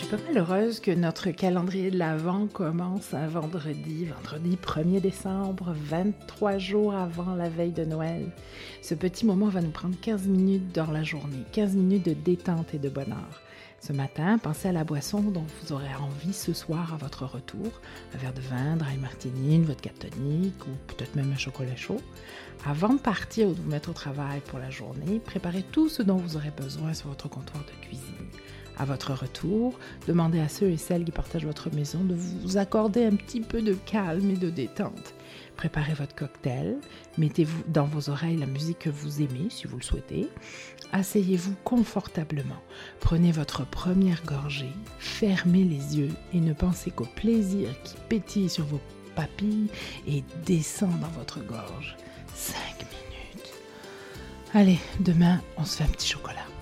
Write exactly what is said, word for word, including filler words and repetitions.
pas mal heureuse que notre calendrier de l'Avent commence un vendredi, vendredi premier décembre, vingt-trois jours avant la veille de Noël. Ce petit moment va nous prendre quinze minutes dans la journée, quinze minutes de détente et de bonheur. Ce matin, pensez à la boisson dont vous aurez envie ce soir à votre retour. Un verre de vin, dry martini, une vodka tonique ou peut-être même un chocolat chaud. Avant de partir ou de vous mettre au travail pour la journée, préparez tout ce dont vous aurez besoin sur votre comptoir de cuisine. À votre retour, demandez à ceux et celles qui partagent votre maison de vous accorder un petit peu de calme et de détente. Préparez votre cocktail, mettez-vous dans vos oreilles la musique que vous aimez si vous le souhaitez. Asseyez-vous confortablement, prenez votre première gorgée, fermez les yeux et ne pensez qu'au plaisir qui pétille sur vos papilles et descend dans votre gorge. Cinq minutes. Allez, demain, on se fait un petit chocolat.